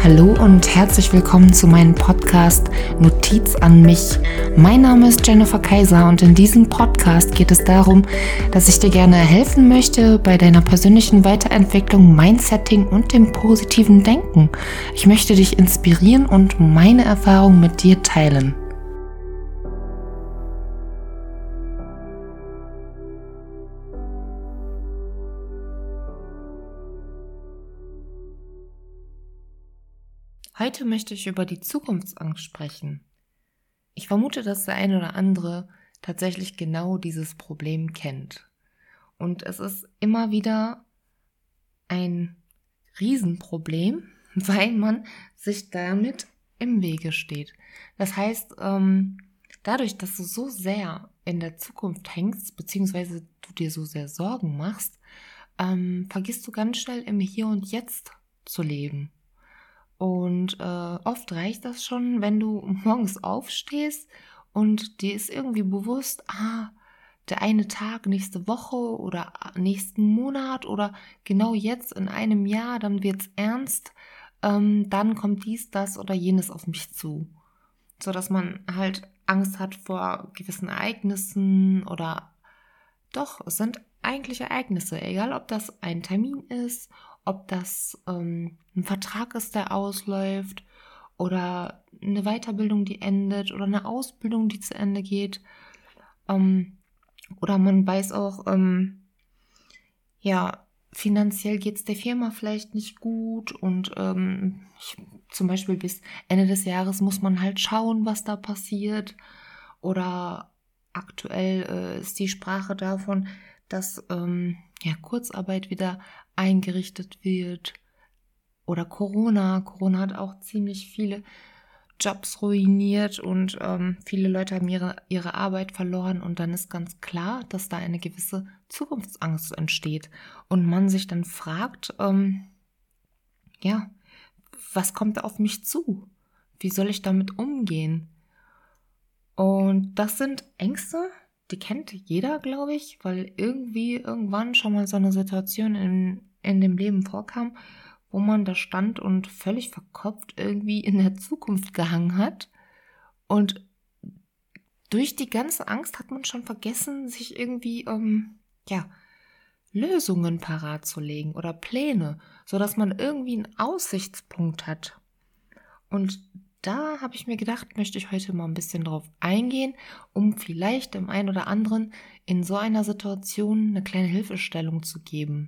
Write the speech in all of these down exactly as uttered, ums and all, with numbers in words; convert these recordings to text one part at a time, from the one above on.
Hallo und herzlich willkommen zu meinem Podcast Notiz an mich. Mein Name ist Jennifer Kaiser und in diesem Podcast geht es darum, dass ich dir gerne helfen möchte bei deiner persönlichen Weiterentwicklung, Mindsetting und dem positiven Denken. Ich möchte dich inspirieren und meine Erfahrungen mit dir teilen. Heute möchte ich über die Zukunftsangst sprechen. Ich vermute, dass der eine oder andere tatsächlich genau dieses Problem kennt. Und es ist immer wieder ein Riesenproblem, weil man sich damit im Wege steht. Das heißt, ähm, dadurch, dass du so sehr in der Zukunft hängst, beziehungsweise du dir so sehr Sorgen machst, ähm, vergisst du ganz schnell im Hier und Jetzt zu leben. Und äh, oft reicht das schon, wenn du morgens aufstehst und dir ist irgendwie bewusst, ah, der eine Tag nächste Woche oder nächsten Monat oder genau jetzt in einem Jahr, dann wird's ernst, ähm, dann kommt dies, das oder jenes auf mich zu. So dass man halt Angst hat vor gewissen Ereignissen oder doch, es sind eigentlich Ereignisse, egal ob das ein Termin ist, ob das ähm, ein Vertrag ist, der ausläuft oder eine Weiterbildung, die endet oder eine Ausbildung, die zu Ende geht. Ähm, oder man weiß auch, ähm, ja, finanziell geht es der Firma vielleicht nicht gut und ähm, ich, zum Beispiel bis Ende des Jahres muss man halt schauen, was da passiert. Oder aktuell äh, ist die Sprache davon, dass ähm, ja, Kurzarbeit wieder eingerichtet wird. Oder Corona. Corona hat auch ziemlich viele Jobs ruiniert und ähm, viele Leute haben ihre, ihre Arbeit verloren. Und dann ist ganz klar, dass da eine gewisse Zukunftsangst entsteht. Und man sich dann fragt, ähm, ja, was kommt auf mich zu? Wie soll ich damit umgehen? Und das sind Ängste, die kennt jeder, glaube ich, weil irgendwie irgendwann schon mal so eine Situation in, in dem Leben vorkam, wo man da stand und völlig verkopft irgendwie in der Zukunft gehangen hat. Und durch die ganze Angst hat man schon vergessen, sich irgendwie, ähm, ja, Lösungen parat zu legen oder Pläne, sodass man irgendwie einen Aussichtspunkt hat. Und da habe ich mir gedacht, möchte ich heute mal ein bisschen drauf eingehen, um vielleicht dem einen oder anderen in so einer Situation eine kleine Hilfestellung zu geben.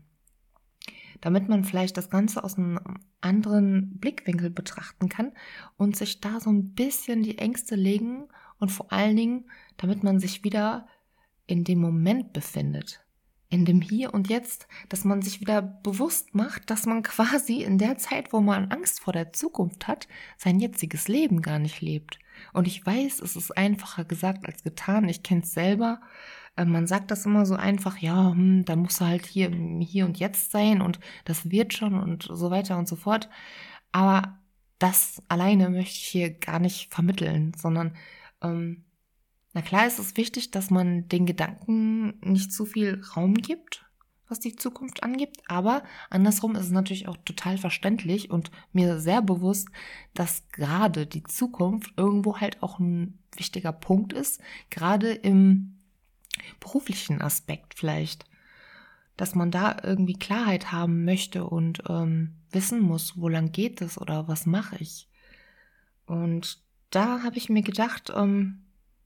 Damit man vielleicht das Ganze aus einem anderen Blickwinkel betrachten kann und sich da so ein bisschen die Ängste legen und vor allen Dingen, damit man sich wieder in dem Moment befindet. In dem Hier und Jetzt, dass man sich wieder bewusst macht, dass man quasi in der Zeit, wo man Angst vor der Zukunft hat, sein jetziges Leben gar nicht lebt. Und ich weiß, es ist einfacher gesagt als getan. Ich kenne es selber. Äh, man sagt das immer so einfach, ja, hm, da muss halt hier, hier und jetzt sein und das wird schon und so weiter und so fort. Aber das alleine möchte ich hier gar nicht vermitteln, sondern ähm, Na klar ist es wichtig, dass man den Gedanken nicht zu viel Raum gibt, was die Zukunft angibt, aber andersrum ist es natürlich auch total verständlich und mir sehr bewusst, dass gerade die Zukunft irgendwo halt auch ein wichtiger Punkt ist, gerade im beruflichen Aspekt vielleicht, dass man da irgendwie Klarheit haben möchte und ähm, wissen muss, wo lang geht es oder was mache ich. Und da habe ich mir gedacht, ähm,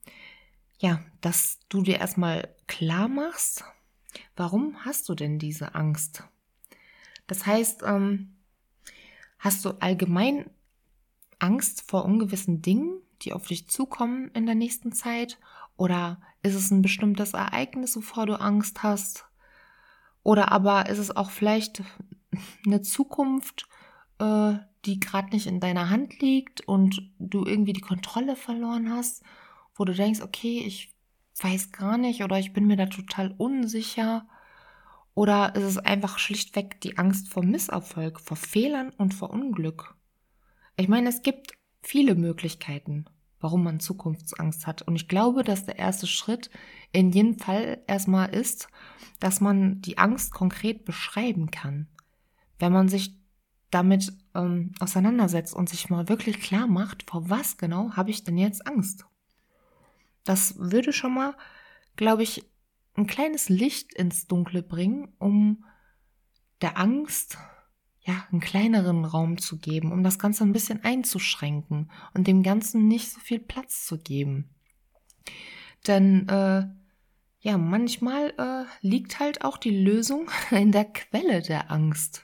Ja, dass du dir erstmal klar machst, warum hast du denn diese Angst? Das heißt, ähm, hast du allgemein Angst vor ungewissen Dingen, die auf dich zukommen in der nächsten Zeit? Oder ist es ein bestimmtes Ereignis, wovor du Angst hast? Oder aber ist es auch vielleicht eine Zukunft, äh, die gerade nicht in deiner Hand liegt und du irgendwie die Kontrolle verloren hast? Wo du denkst, okay, ich weiß gar nicht oder ich bin mir da total unsicher. Oder ist es einfach schlichtweg die Angst vor Misserfolg, vor Fehlern und vor Unglück? Ich meine, es gibt viele Möglichkeiten, warum man Zukunftsangst hat. Und ich glaube, dass der erste Schritt in jedem Fall erstmal ist, dass man die Angst konkret beschreiben kann. Wenn man sich damit ähm, auseinandersetzt und sich mal wirklich klar macht, vor was genau habe ich denn jetzt Angst. Das würde schon mal, glaube ich, ein kleines Licht ins Dunkle bringen, um der Angst ja einen kleineren Raum zu geben, um das Ganze ein bisschen einzuschränken und dem Ganzen nicht so viel Platz zu geben. Denn äh, ja, manchmal äh, liegt halt auch die Lösung in der Quelle der Angst.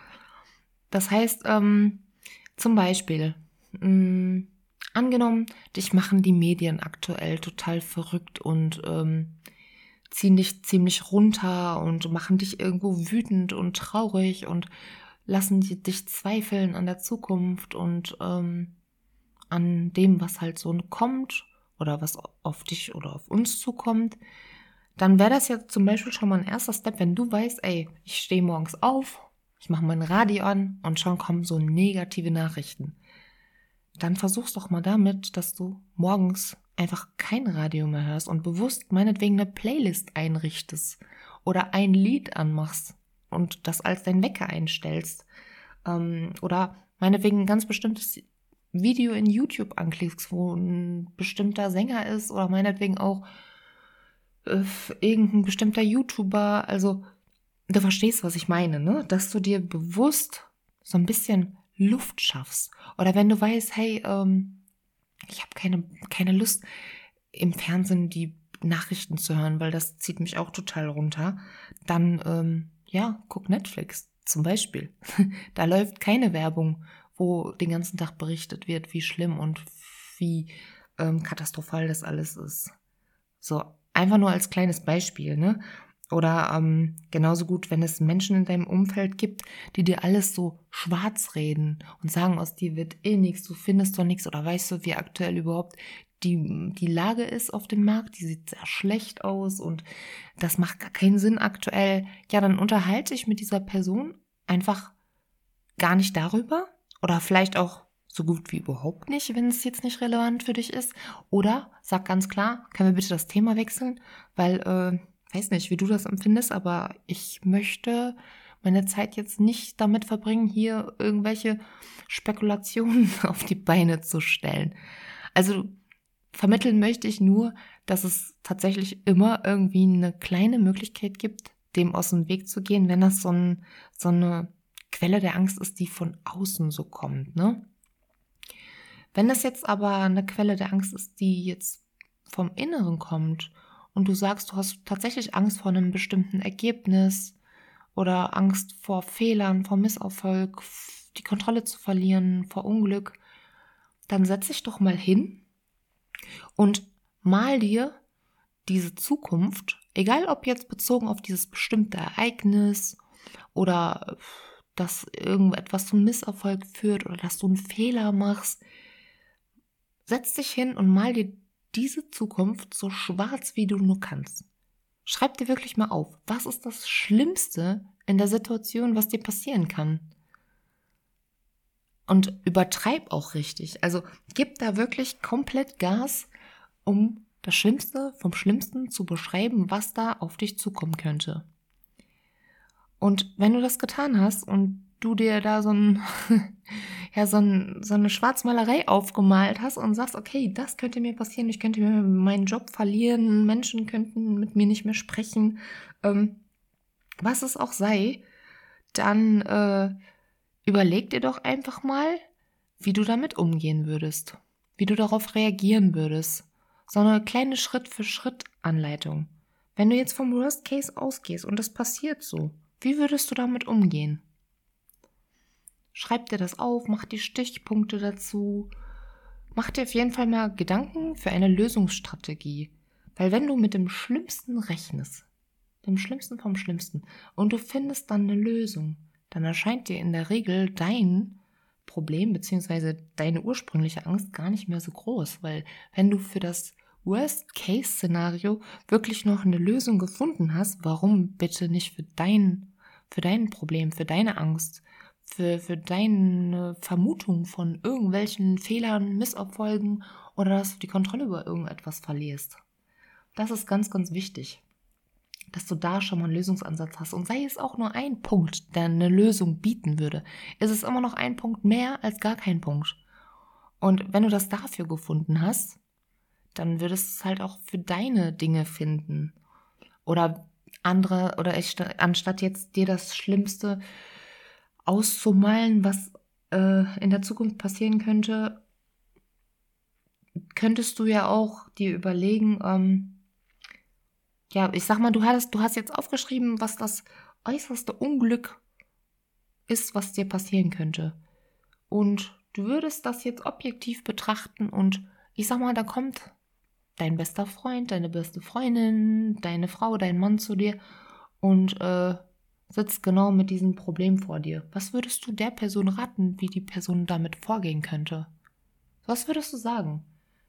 Das heißt, ähm, zum Beispiel, mh, angenommen, dich machen die Medien aktuell total verrückt und ähm, ziehen dich ziemlich runter und machen dich irgendwo wütend und traurig und lassen die, dich zweifeln an der Zukunft und ähm, an dem, was halt so kommt oder was auf dich oder auf uns zukommt. Dann wäre das ja zum Beispiel schon mal ein erster Step, wenn du weißt, ey, ich stehe morgens auf, ich mache mein Radio an und schon kommen so negative Nachrichten. Dann versuch's doch mal damit, dass du morgens einfach kein Radio mehr hörst und bewusst meinetwegen eine Playlist einrichtest oder ein Lied anmachst und das als dein Wecker einstellst. Ähm, oder meinetwegen ein ganz bestimmtes Video in YouTube anklickst, wo ein bestimmter Sänger ist oder meinetwegen auch äh, irgendein bestimmter YouTuber. Also du verstehst, was ich meine, ne? Dass du dir bewusst so ein bisschen Luft schaffst. Oder wenn du weißt, hey, ähm, ich habe keine, keine Lust, im Fernsehen die Nachrichten zu hören, weil das zieht mich auch total runter, dann, ähm, ja, guck Netflix zum Beispiel. Da läuft keine Werbung, wo den ganzen Tag berichtet wird, wie schlimm und wie ähm, katastrophal das alles ist. So, einfach nur als kleines Beispiel, ne? Oder ähm, genauso gut, wenn es Menschen in deinem Umfeld gibt, die dir alles so schwarz reden und sagen, aus dir wird eh nichts, du findest doch nichts oder weißt du, wie aktuell überhaupt die, die Lage ist auf dem Markt, die sieht sehr schlecht aus und das macht gar keinen Sinn aktuell. Ja, dann unterhalte ich mit dieser Person einfach gar nicht darüber oder vielleicht auch so gut wie überhaupt nicht, wenn es jetzt nicht relevant für dich ist. Oder sag ganz klar, können wir bitte das Thema wechseln, weil, äh, weiß nicht, wie du das empfindest, aber ich möchte meine Zeit jetzt nicht damit verbringen, hier irgendwelche Spekulationen auf die Beine zu stellen. Also vermitteln möchte ich nur, dass es tatsächlich immer irgendwie eine kleine Möglichkeit gibt, dem aus dem Weg zu gehen, wenn das so, ein, so eine Quelle der Angst ist, die von außen so kommt, ne? Wenn das jetzt aber eine Quelle der Angst ist, die jetzt vom Inneren kommt und du sagst, du hast tatsächlich Angst vor einem bestimmten Ergebnis oder Angst vor Fehlern, vor Misserfolg, die Kontrolle zu verlieren, vor Unglück, dann setz dich doch mal hin und mal dir diese Zukunft, egal ob jetzt bezogen auf dieses bestimmte Ereignis oder dass irgendetwas zum Misserfolg führt oder dass du einen Fehler machst, setz dich hin und mal dir diese Zukunft so schwarz, wie du nur kannst. Schreib dir wirklich mal auf, was ist das Schlimmste in der Situation, was dir passieren kann? Und übertreib auch richtig. Also gib da wirklich komplett Gas, um das Schlimmste vom Schlimmsten zu beschreiben, was da auf dich zukommen könnte. Und wenn du das getan hast und du dir da so, ein, ja, so, ein, so eine Schwarzmalerei aufgemalt hast und sagst, okay, das könnte mir passieren, ich könnte mir meinen Job verlieren, Menschen könnten mit mir nicht mehr sprechen, ähm, was es auch sei, dann äh, überleg dir doch einfach mal, wie du damit umgehen würdest, wie du darauf reagieren würdest. So eine kleine Schritt-für-Schritt-Anleitung. Wenn du jetzt vom Worst Case ausgehst und das passiert so, wie würdest du damit umgehen? Schreib dir das auf, mach die Stichpunkte dazu. Mach dir auf jeden Fall mal Gedanken für eine Lösungsstrategie. Weil wenn du mit dem Schlimmsten rechnest, dem Schlimmsten vom Schlimmsten, und du findest dann eine Lösung, dann erscheint dir in der Regel dein Problem bzw. deine ursprüngliche Angst gar nicht mehr so groß. Weil wenn du für das Worst-Case-Szenario wirklich noch eine Lösung gefunden hast, warum bitte nicht für dein, für dein Problem, für deine Angst, für, für deine Vermutung von irgendwelchen Fehlern, Misserfolgen oder dass du die Kontrolle über irgendetwas verlierst. Das ist ganz, ganz wichtig. dass du da schon mal einen Lösungsansatz hast. Und sei es auch nur ein Punkt, der eine Lösung bieten würde, ist es immer noch ein Punkt mehr als gar kein Punkt. Und wenn du das dafür gefunden hast, dann würdest du es halt auch für deine Dinge finden. Oder andere, oder ich, anstatt jetzt dir das Schlimmste auszumalen, was äh, in der Zukunft passieren könnte, könntest du ja auch dir überlegen, ähm, ja, ich sag mal, du hast, du hast jetzt aufgeschrieben, was das äußerste Unglück ist, was dir passieren könnte. Und du würdest das jetzt objektiv betrachten und ich sag mal, da kommt dein bester Freund, deine beste Freundin, deine Frau, dein Mann zu dir und äh, sitzt genau mit diesem Problem vor dir. Was würdest du der Person raten, wie die Person damit vorgehen könnte? Was würdest du sagen?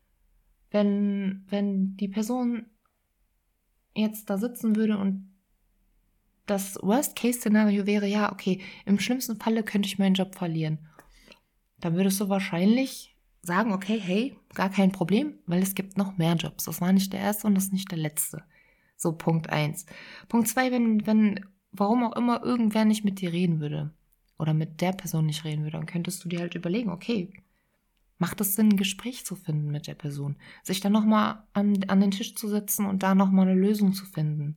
Wenn, wenn die Person jetzt da sitzen würde und das Worst-Case-Szenario wäre, ja, okay, im schlimmsten Falle könnte ich meinen Job verlieren. Dann würdest du wahrscheinlich sagen, okay, hey, gar kein Problem, weil es gibt noch mehr Jobs. Das war nicht der erste und das ist nicht der letzte. So, Punkt eins. Punkt zwei, wenn, wenn, warum auch immer irgendwer nicht mit dir reden würde oder mit der Person nicht reden würde, dann könntest du dir halt überlegen, okay, macht es Sinn, ein Gespräch zu finden mit der Person? Sich dann nochmal an, an den Tisch zu setzen und da nochmal eine Lösung zu finden?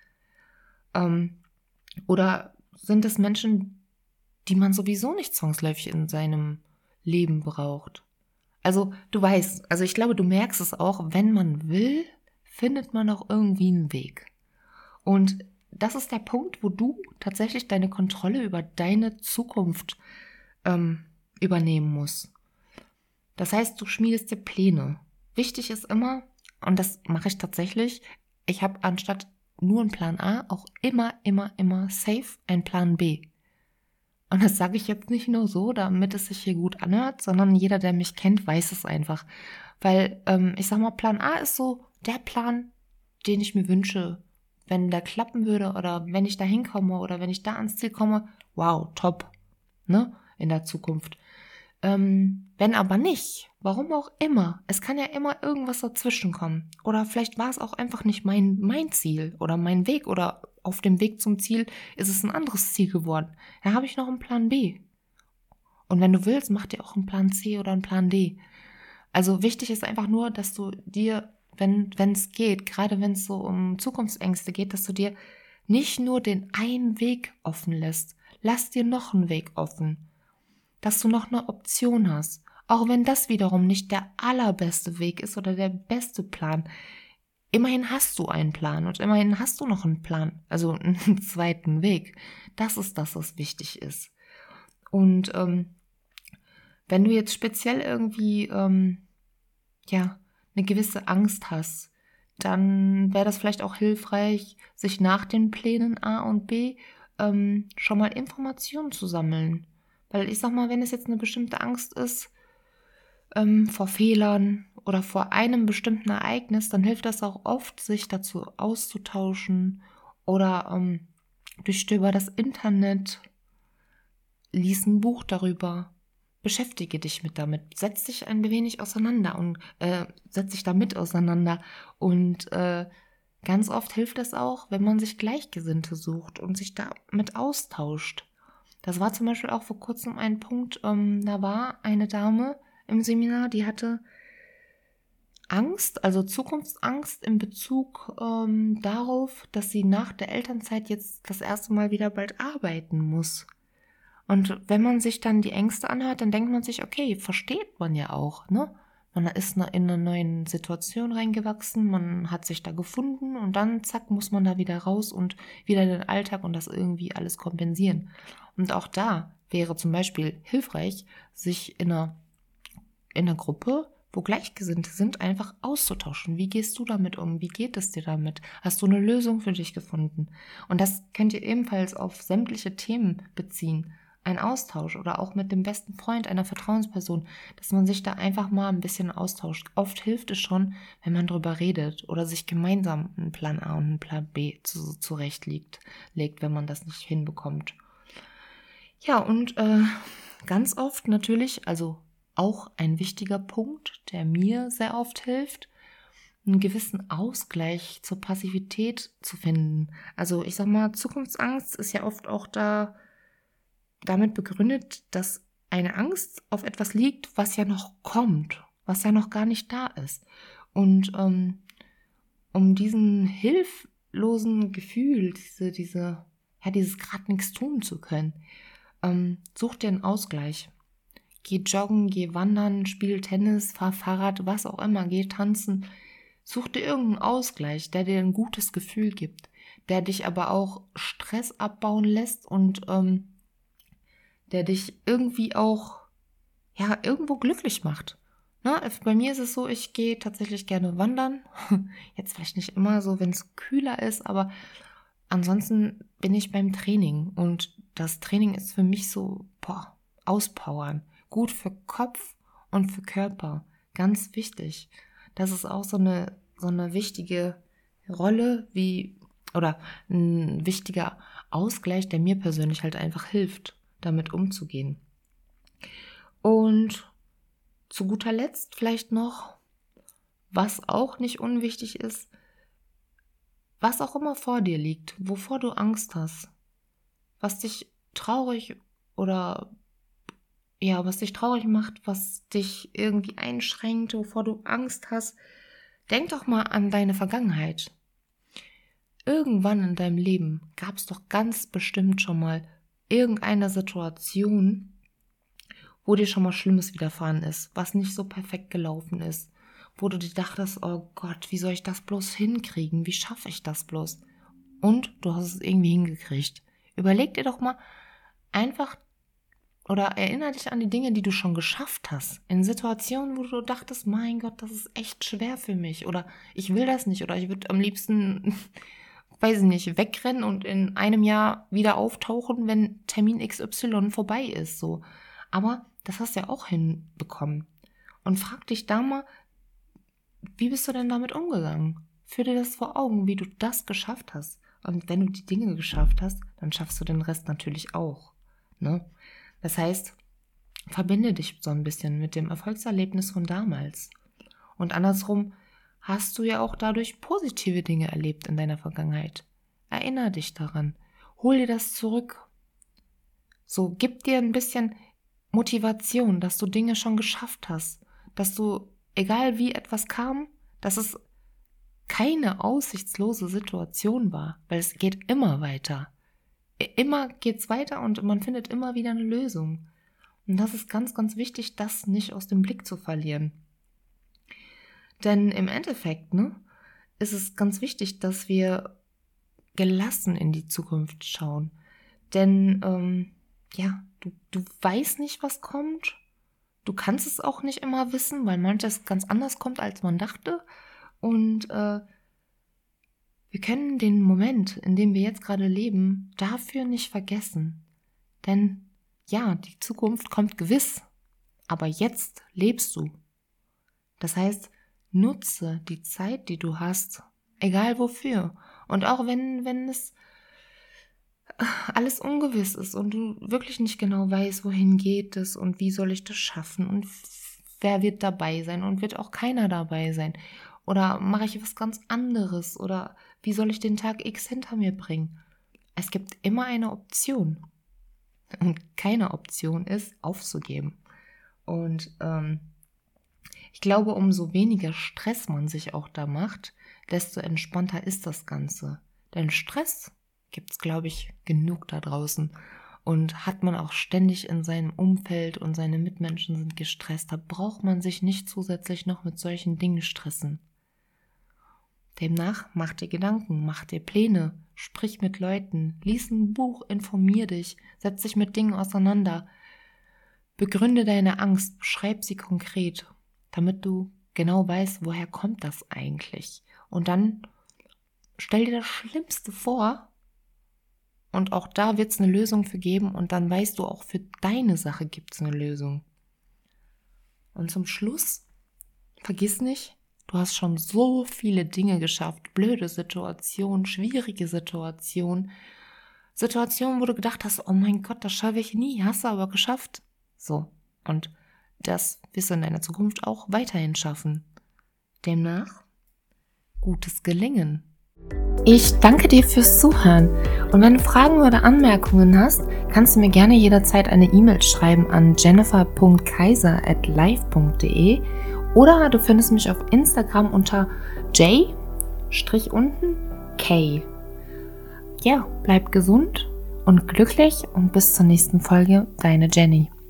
Ähm, oder sind es Menschen, die man sowieso nicht zwangsläufig in seinem Leben braucht? Also du weißt, also ich glaube, du merkst es auch, wenn man will, findet man auch irgendwie einen Weg. Und das ist der Punkt, wo du tatsächlich deine Kontrolle über deine Zukunft ähm, übernehmen musst. Das heißt, du schmiedest dir Pläne. Wichtig ist immer, und das mache ich tatsächlich, ich habe anstatt nur einen Plan A auch immer, immer, immer safe einen Plan B. Und das sage ich jetzt nicht nur so, damit es sich hier gut anhört, sondern jeder, der mich kennt, weiß es einfach. Weil, ähm, ich sag mal, Plan A ist so der Plan, den ich mir wünsche, wenn der klappen würde oder wenn ich da hinkomme oder wenn ich da ans Ziel komme. Wow, top, ne, in der Zukunft. Ähm, wenn aber nicht, warum auch immer, es kann ja immer irgendwas dazwischen kommen. Oder vielleicht war es auch einfach nicht mein, mein Ziel oder mein Weg oder auf dem Weg zum Ziel ist es ein anderes Ziel geworden. Da habe ich noch einen Plan B. Und wenn du willst, mach dir auch einen Plan C oder einen Plan D. Also wichtig ist einfach nur, dass du dir, wenn wenn es geht, gerade wenn es so um Zukunftsängste geht, dass du dir nicht nur den einen Weg offen lässt. Lass dir noch einen Weg offen. Dass du noch eine Option hast. Auch wenn das wiederum nicht der allerbeste Weg ist oder der beste Plan. Immerhin hast du einen Plan und immerhin hast du noch einen Plan, also einen zweiten Weg. Das ist das, was wichtig ist. Und ähm, wenn du jetzt speziell irgendwie ähm, ja eine gewisse Angst hast, dann wäre das vielleicht auch hilfreich, sich nach den Plänen A und B ähm, schon mal Informationen zu sammeln. Weil ich sag mal, wenn es jetzt eine bestimmte Angst ist, ähm, vor Fehlern oder vor einem bestimmten Ereignis, dann hilft das auch oft, sich dazu auszutauschen oder ähm, durchstöber das Internet, lies ein Buch darüber, beschäftige dich mit damit, setz dich ein wenig auseinander und äh, setz dich damit auseinander und äh, ganz oft hilft es auch, wenn man sich Gleichgesinnte sucht und sich damit austauscht. Das war zum Beispiel auch vor kurzem ein Punkt, ähm, da war eine Dame im Seminar, die hatte Angst, also Zukunftsangst in Bezug ähm, darauf, dass sie nach der Elternzeit jetzt das erste Mal wieder bald arbeiten muss. Und wenn man sich dann die Ängste anhört, dann denkt man sich, okay, versteht man ja auch, ne? Man ist in eine neue Situation reingewachsen, man hat sich da gefunden und dann zack, muss man da wieder raus und wieder in den Alltag und das irgendwie alles kompensieren. Und auch da wäre zum Beispiel hilfreich, sich in einer, in einer Gruppe, wo Gleichgesinnte sind, einfach auszutauschen. Wie gehst du damit um? Wie geht es dir damit? Hast du eine Lösung für dich gefunden? Und das könnt ihr ebenfalls auf sämtliche Themen beziehen. Ein Austausch oder auch mit dem besten Freund, einer Vertrauensperson, dass man sich da einfach mal ein bisschen austauscht. Oft hilft es schon, wenn man drüber redet oder sich gemeinsam einen Plan A und einen Plan B zu, zurechtlegt, legt, wenn man das nicht hinbekommt. Ja, und äh, ganz oft natürlich, also auch ein wichtiger Punkt, der mir sehr oft hilft, einen gewissen Ausgleich zur Passivität zu finden. Also ich sag mal, Zukunftsangst ist ja oft auch da damit begründet, dass eine Angst auf etwas liegt, was ja noch kommt, was ja noch gar nicht da ist. Und ähm, um diesen hilflosen Gefühl, diese, diese, ja, dieses gerade nichts tun zu können, ähm, such dir einen Ausgleich. Geh joggen, geh wandern, spiel Tennis, fahr Fahrrad, was auch immer, geh tanzen. Such dir irgendeinen Ausgleich, der dir ein gutes Gefühl gibt, der dich aber auch Stress abbauen lässt und ähm, der dich irgendwie auch, ja, irgendwo glücklich macht. Ne? Bei mir ist es so, ich gehe tatsächlich gerne wandern. Jetzt vielleicht nicht immer so, wenn es kühler ist, aber ansonsten bin ich beim Training. Und das Training ist für mich so, boah, auspowern. Gut für Kopf und für Körper. Ganz wichtig. Das ist auch so eine, so eine wichtige Rolle wie, oder ein wichtiger Ausgleich, der mir persönlich halt einfach hilft, damit umzugehen. Und zu guter Letzt vielleicht noch, was auch nicht unwichtig ist, was auch immer vor dir liegt, wovor du Angst hast, was dich traurig oder ja, was dich traurig macht, was dich irgendwie einschränkt, wovor du Angst hast, denk doch mal an deine Vergangenheit. Irgendwann in deinem Leben gab es doch ganz bestimmt schon mal irgendeine Situation, wo dir schon mal Schlimmes widerfahren ist, was nicht so perfekt gelaufen ist, wo du dir dachtest, oh Gott, wie soll ich das bloß hinkriegen? Wie schaffe ich das bloß? Und du hast es irgendwie hingekriegt. Überleg dir doch mal einfach oder erinnere dich an die Dinge, die du schon geschafft hast. In Situationen, wo du dachtest, mein Gott, das ist echt schwer für mich. Oder ich will das nicht. Oder ich würde am liebsten, weiß ich nicht, wegrennen und in einem Jahr wieder auftauchen, wenn Termin X Y vorbei ist. So. Aber das hast du ja auch hinbekommen. Und frag dich da mal, wie bist du denn damit umgegangen? Führ dir das vor Augen, wie du das geschafft hast. Und wenn du die Dinge geschafft hast, dann schaffst du den Rest natürlich auch. Ne? Das heißt, verbinde dich so ein bisschen mit dem Erfolgserlebnis von damals. Und andersrum hast du ja auch dadurch positive Dinge erlebt in deiner Vergangenheit. Erinnere dich daran. Hol dir das zurück. So, gib dir ein bisschen Motivation, dass du Dinge schon geschafft hast. Dass du, egal wie etwas kam, dass es keine aussichtslose Situation war. Weil es geht immer weiter. Immer geht's weiter und man findet immer wieder eine Lösung. Und das ist ganz, ganz wichtig, das nicht aus dem Blick zu verlieren. Denn im Endeffekt, ne, ist es ganz wichtig, dass wir gelassen in die Zukunft schauen. Denn, ähm, ja, du, du weißt nicht, was kommt. Du kannst es auch nicht immer wissen, weil manches ganz anders kommt, als man dachte. Und äh, wir können den Moment, in dem wir jetzt gerade leben, dafür nicht vergessen. Denn ja, die Zukunft kommt gewiss, aber jetzt lebst du. Das heißt, nutze die Zeit, die du hast, egal wofür. Und auch wenn, wenn es alles ungewiss ist und du wirklich nicht genau weißt, wohin geht es und wie soll ich das schaffen und wer wird dabei sein und wird auch keiner dabei sein. Oder mache ich was ganz anderes oder wie soll ich den Tag X hinter mir bringen? Es gibt immer eine Option. Und keine Option ist, aufzugeben. Und ähm, ich glaube, umso weniger Stress man sich auch da macht, desto entspannter ist das Ganze. Denn Stress gibt es, glaube ich, genug da draußen. Und hat man auch ständig in seinem Umfeld und seine Mitmenschen sind gestresst, da braucht man sich nicht zusätzlich noch mit solchen Dingen stressen. Demnach mach dir Gedanken, mach dir Pläne, sprich mit Leuten, lies ein Buch, informier dich, setz dich mit Dingen auseinander. Begründe deine Angst, beschreib sie konkret, damit du genau weißt, woher kommt das eigentlich. Und dann stell dir das Schlimmste vor und auch da wird es eine Lösung für geben und dann weißt du auch, für deine Sache gibt es eine Lösung. Und zum Schluss, vergiss nicht, du hast schon so viele Dinge geschafft, blöde Situationen, schwierige Situationen, Situationen, wo du gedacht hast, oh mein Gott, das schaffe ich nie, hast du aber geschafft. So, und das wirst du in deiner Zukunft auch weiterhin schaffen. Demnach, gutes Gelingen. Ich danke dir fürs Zuhören und wenn du Fragen oder Anmerkungen hast, kannst du mir gerne jederzeit eine E-Mail schreiben an jennifer punkt kaiser at live punkt de oder du findest mich auf Instagram unter j unten k. Ja, bleib gesund und glücklich und bis zur nächsten Folge, deine Jenny.